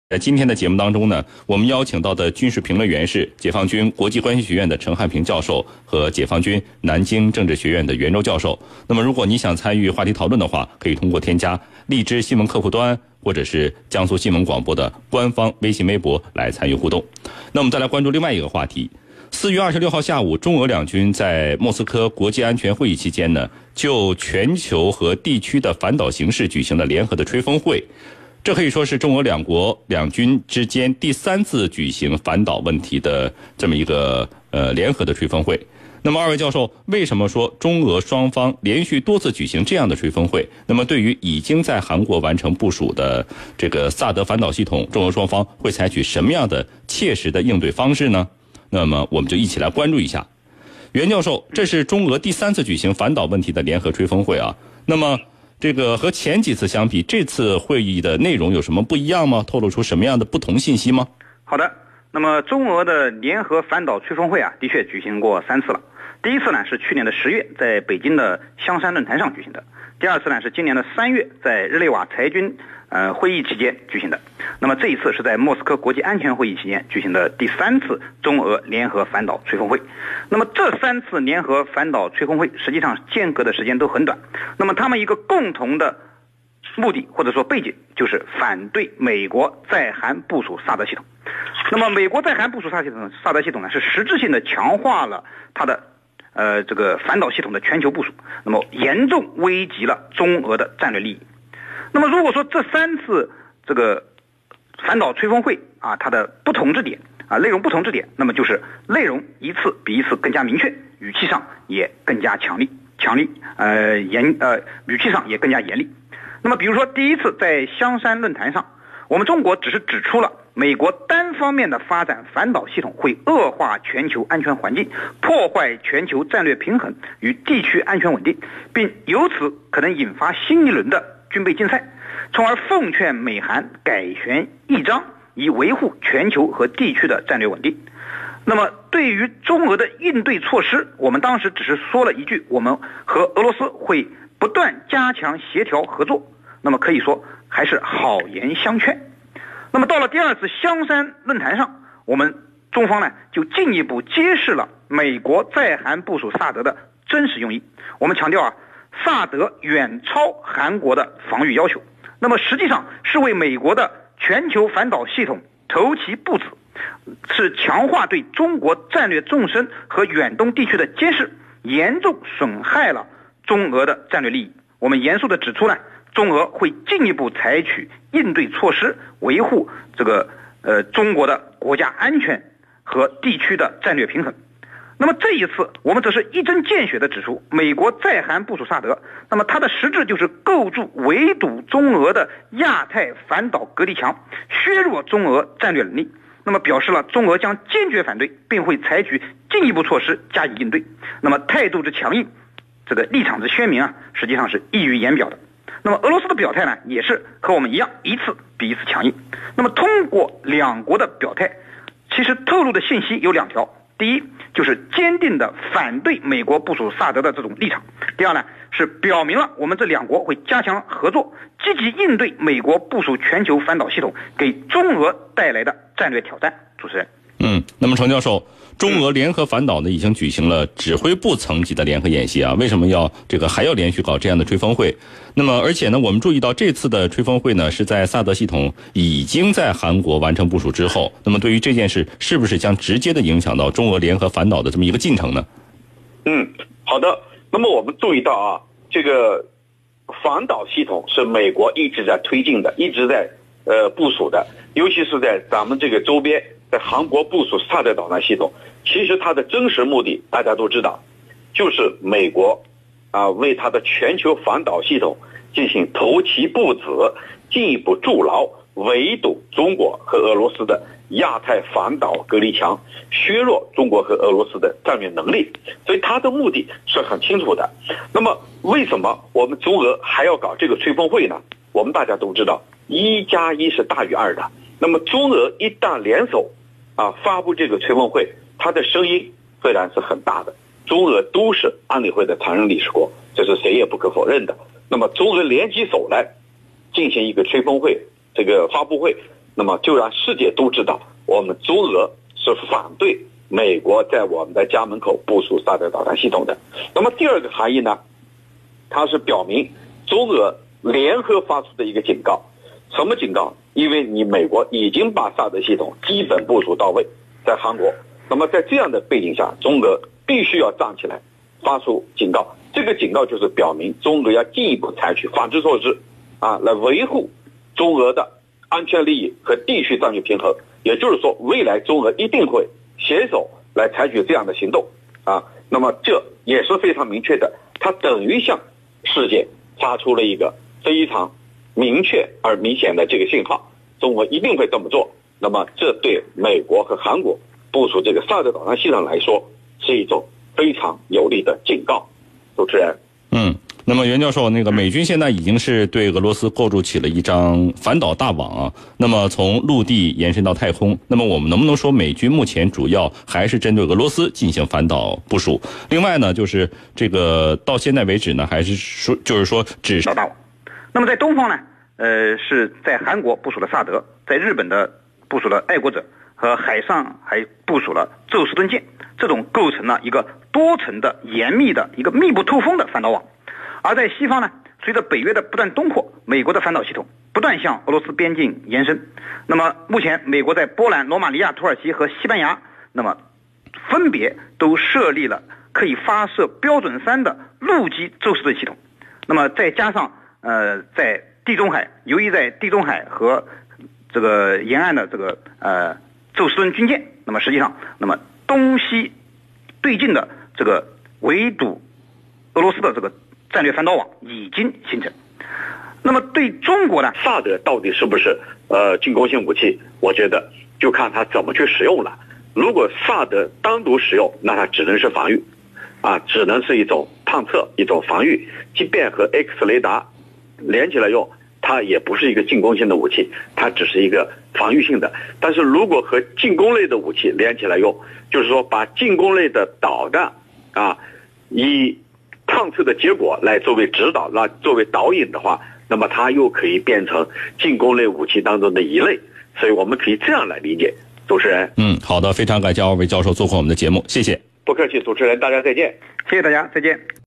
在今天的节目当中呢，我们邀请到的军事评论员是解放军国际关系学院的陈汉平教授和解放军南京政治学院的袁周教授。那么如果你想参与话题讨论的话，可以通过添加荔枝新闻客户端或者是江苏新闻广播的官方微信微博来参与互动。那我们再来关注另外一个话题。4月26号下午，中俄两军在莫斯科国际安全会议期间呢，就全球和地区的反导形势举行了联合的吹风会。这可以说是中俄两军之间第3次举行反导问题的这么一个联合的吹风会。那么二位教授，为什么说中俄双方连续多次举行这样的吹风会？那么对于已经在韩国完成部署的这个萨德反导系统，中俄双方会采取什么样的切实的应对方式呢？那么我们就一起来关注一下。袁教授，这是中俄第3次举行反导问题的联合吹风会啊。那么这个和前几次相比，这次会议的内容有什么不一样吗？透露出什么样的不同信息吗？ 好的，那么中俄的联合反导吹风会啊，的确举行过3次了。第一次呢是去年的10月在北京的香山论坛上举行的，第二次呢是今年的3月在日内瓦裁军会议期间举行的。那么这一次是在莫斯科国际安全会议期间举行的第3次中俄联合反导吹风会。那么这3次联合反导吹风会实际上间隔的时间都很短，那么他们一个共同的目的或者说背景就是反对美国在韩部署萨德系统。那么美国在韩部署萨德系统呢，是实质性的强化了它的这个反导系统的全球部署，那么严重危及了中俄的战略利益。那么如果说这3次这个反导吹风会啊，它的不同之点啊，内容不同之点，那么就是内容一次比一次更加明确，语气上也更加强力，语气上也更加严厉。那么比如说第一次在香山论坛上，我们中国只是指出了美国单方面的发展反导系统会恶化全球安全环境，破坏全球战略平衡与地区安全稳定，并由此可能引发新一轮的军备竞赛，从而奉劝美韩改弦易张，以维护全球和地区的战略稳定。那么对于中俄的应对措施，我们当时只是说了一句，我们和俄罗斯会不断加强协调合作，那么可以说还是好言相劝。那么到了第2次香山论坛上，我们中方呢就进一步揭示了美国在韩部署萨德的真实用意。我们强调啊，萨德远超韩国的防御要求，那么实际上是为美国的全球反导系统投其步子，是强化对中国战略纵深和远东地区的监视，严重损害了中俄的战略利益。我们严肃地指出呢，中俄会进一步采取应对措施，维护这个中国的国家安全和地区的战略平衡。那么这一次我们则是一针见血地指出，美国在韩部署萨德，那么它的实质就是构筑围堵中俄的亚太反导隔离墙，削弱中俄战略能力。那么表示了中俄将坚决反对，并会采取进一步措施加以应对。那么态度之强硬，这个立场之鲜明啊，实际上是溢于言表的。那么俄罗斯的表态呢，也是和我们一样，一次比一次强硬。那么通过两国的表态，其实透露的信息有2条。第一，就是坚定的反对美国部署萨德的这种立场。第二呢，是表明了我们这2国会加强合作，积极应对美国部署全球反导系统给中俄带来的战略挑战。主持人。 那么程教授，中俄联合反导呢已经举行了指挥部层级的联合演习啊，为什么还要连续搞这样的吹风会？那么而且呢，我们注意到这次的吹风会呢是在萨德系统已经在韩国完成部署之后，那么对于这件事是不是将直接的影响到中俄联合反导的这么一个进程呢？ 好的。那么我们注意到啊，这个反导系统是美国一直在推进的，一直在部署的，尤其是在咱们这个周边，在韩国部署萨德导弹系统。其实它的真实目的大家都知道，就是美国为它的全球反导系统进行投其步子，进一步筑牢围堵中国和俄罗斯的亚太反导隔离墙，削弱中国和俄罗斯的战略能力。所以它的目的是很清楚的。那么为什么我们中俄还要搞这个吹风会呢？我们大家都知道1+1是大于2的。那么中俄一旦联手发布这个吹风会，它的声音自然是很大的。中俄都是安理会的常任理事国，这是谁也不可否认的。那么中俄联起手来进行一个吹风会，这个发布会， 那么就让世界都知道，我们中俄是反对美国在我们的家门口部署萨德导弹系统的。那么第二个含义呢，它是表明中俄联合发出的一个警告。什么警告？因为你美国已经把萨德系统基本部署到位在韩国，那么在这样的背景下，中俄必须要站起来发出警告。这个警告就是表明中俄要进一步采取反制措施来维护中俄的安全利益和地区战略平衡。也就是说，未来中俄一定会携手来采取这样的行动那么这也是非常明确的，它等于向世界发出了一个非常明确而明显的这个信号，中国一定会这么做。那么这对美国和韩国部署这个萨德导弹系统来说是一种非常有力的警告。主持人， 那么袁教授，美军现在已经是对俄罗斯构筑起了一张反导大网那么从陆地延伸到太空，那么我们能不能说美军目前主要还是针对俄罗斯进行反导部署？另外呢，就是这个到现在为止呢，还是说只是大网。那么在东方呢，是在韩国部署了萨德，在日本的部署了爱国者，和海上还部署了宙斯盾舰，这种构成了一个多层的严密的一个密不透风的反导网。而在西方呢，随着北约的不断东扩，美国的反导系统不断向俄罗斯边境延伸。那么目前美国在波兰、罗马尼亚、土耳其和西班牙，那么分别都设立了可以发射标准3的陆基宙斯盾系统。那么再加上在地中海，由于在地中海和这个沿岸的这个宙斯盾军舰，那么实际上那么东西对进的这个围堵俄罗斯的这个战略反导网已经形成。那么对中国呢， 萨德到底是不是进攻性武器，我觉得就看它怎么去使用了。如果萨德单独使用，那它只能是防御只能是一种探测，一种防御。即便和 X 雷达连起来用，它也不是一个进攻性的武器，它只是一个防御性的。但是如果和进攻类的武器连起来用，就是说把进攻类的导弹以探测的结果来作为指导，来作为导引的话，那么它又可以变成进攻类武器当中的一类。所以我们可以这样来理解。主持人， 好的，非常感谢2位教授做客我们的节目，谢谢。 不客气，主持人，大家再见。 谢谢大家，再见。